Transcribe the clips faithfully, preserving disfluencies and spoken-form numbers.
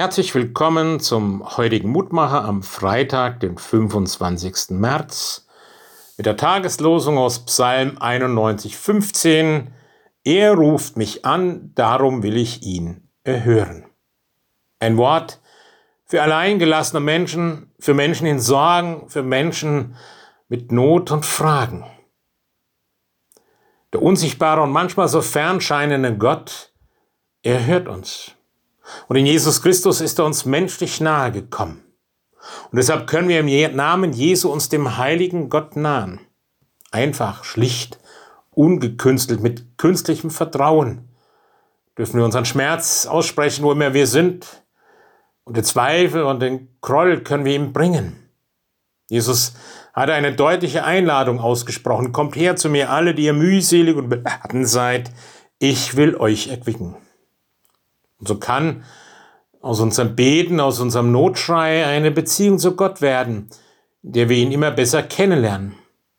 Herzlich willkommen zum heutigen Mutmacher am Freitag, den fünfundzwanzigsten März, mit der Tageslosung aus Psalm einundneunzig, fünfzehn. Er ruft mich an, darum will ich ihn erhören. Ein Wort für alleingelassene Menschen, für Menschen in Sorgen, für Menschen mit Not und Fragen. Der unsichtbare und manchmal so fern scheinende Gott, er hört uns. Und in Jesus Christus ist er uns menschlich nahe gekommen. Und deshalb können wir im Namen Jesu uns dem heiligen Gott nahen. Einfach, schlicht, ungekünstelt, mit künstlichem Vertrauen dürfen wir unseren Schmerz aussprechen, wo immer wir sind. Und den Zweifel und den Groll können wir ihm bringen. Jesus hat eine deutliche Einladung ausgesprochen. Kommt her zu mir alle, die ihr mühselig und beladen seid. Ich will euch erquicken. Und so kann aus unserem Beten, aus unserem Notschrei eine Beziehung zu Gott werden, in der wir ihn immer besser kennenlernen.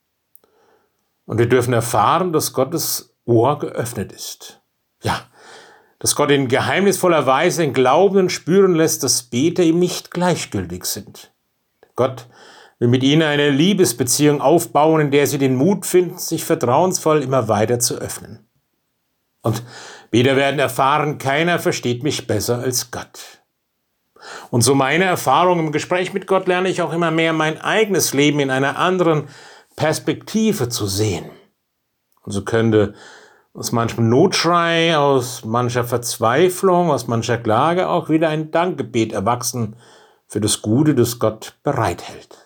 Und wir dürfen erfahren, dass Gottes Ohr geöffnet ist. Ja, dass Gott in geheimnisvoller Weise den Glaubenden spüren lässt, dass Beter ihm nicht gleichgültig sind. Gott will mit ihnen eine Liebesbeziehung aufbauen, in der sie den Mut finden, sich vertrauensvoll immer weiter zu öffnen. Und Beter werden erfahren, keiner versteht mich besser als Gott. Und so meine Erfahrung im Gespräch mit Gott lerne ich auch immer mehr, mein eigenes Leben in einer anderen Perspektive zu sehen. Und so könnte aus manchem Notschrei, aus mancher Verzweiflung, aus mancher Klage auch wieder ein Dankgebet erwachsen für das Gute, das Gott bereithält.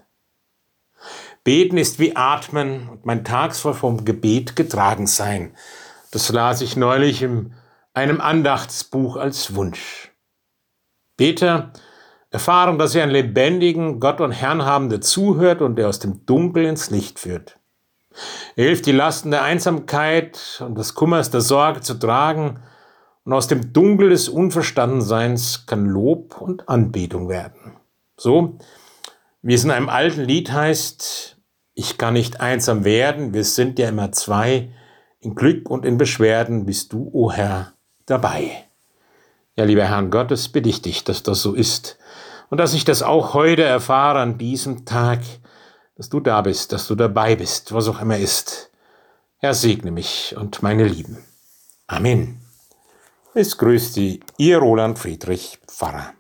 Beten ist wie Atmen und mein Tag soll vom Gebet getragen sein. Das las ich neulich in einem Andachtsbuch als Wunsch. Beter erfahren, dass sie einen lebendigen Gott und Herrn haben, der zuhört und der aus dem Dunkel ins Licht führt. Er hilft, die Lasten der Einsamkeit und des Kummers, der Sorge zu tragen, und aus dem Dunkel des Unverstandenseins kann Lob und Anbetung werden. So, wie es in einem alten Lied heißt, ich kann nicht einsam werden, wir sind ja immer zwei, in Glück und in Beschwerden bist du, o Herr, dabei. Ja, lieber Herrn Gottes, bitte ich dich, dass das so ist und dass ich das auch heute erfahre an diesem Tag, dass du da bist, dass du dabei bist, was auch immer ist. Herr, segne mich und meine Lieben. Amen. Es grüßt Sie, Ihr Roland Friedrich, Pfarrer.